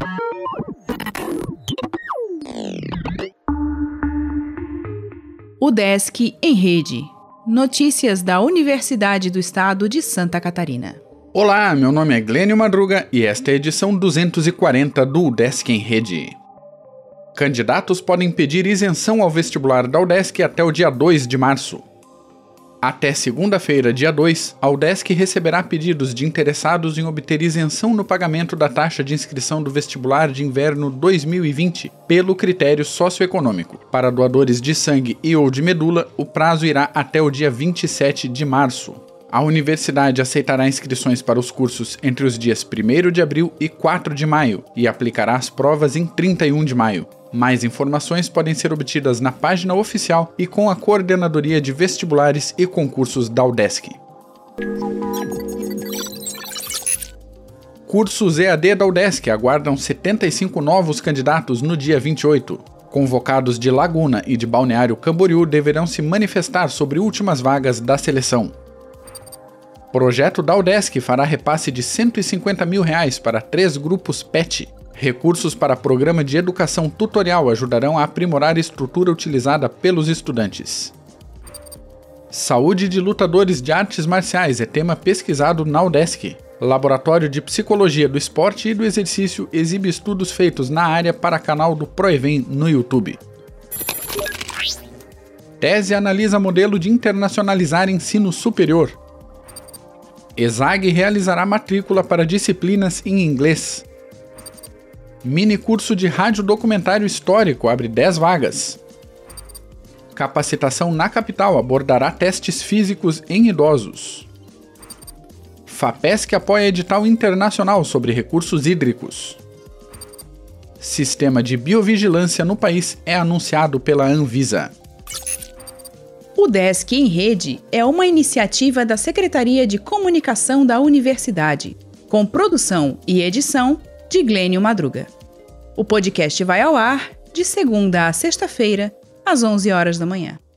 UDESC em Rede. Notícias da Universidade do Estado de Santa Catarina. Olá, meu nome é Glênio Madruga e esta é a edição 240 do UDESC em Rede. Candidatos podem pedir isenção ao vestibular da UDESC até o dia 2 de março. Até segunda-feira, dia 2, a UDESC receberá pedidos de interessados em obter isenção no pagamento da taxa de inscrição do vestibular de inverno 2020 pelo critério socioeconômico. Para doadores de sangue e ou de medula, o prazo irá até o dia 27 de março. A universidade aceitará inscrições para os cursos entre os dias 1º de abril e 4 de maio e aplicará as provas em 31 de maio. Mais informações podem ser obtidas na página oficial e com a Coordenadoria de Vestibulares e Concursos da UDESC. Cursos EAD da UDESC aguardam 75 novos candidatos no dia 28. Convocados de Laguna e de Balneário Camboriú deverão se manifestar sobre últimas vagas da seleção. Projeto da UDESC fará repasse de R$ 150 mil para 3 grupos PET. Recursos para programa de educação tutorial ajudarão a aprimorar a estrutura utilizada pelos estudantes. Saúde de lutadores de artes marciais é tema pesquisado na UDESC. Laboratório de Psicologia do Esporte e do Exercício exibe estudos feitos na área para canal do Proevem no YouTube. Tese analisa modelo de internacionalizar ensino superior. ESAG realizará matrícula para disciplinas em inglês. Mini curso de radiodocumentário histórico abre 10 vagas. Capacitação na capital abordará testes físicos em idosos. FAPESC apoia edital internacional sobre recursos hídricos. Sistema de biovigilância no país é anunciado pela Anvisa. UDESC em Rede é uma iniciativa da Secretaria de Comunicação da Universidade, com produção e edição de Glênio Madruga. O podcast vai ao ar de segunda a sexta-feira, às 11 horas da manhã.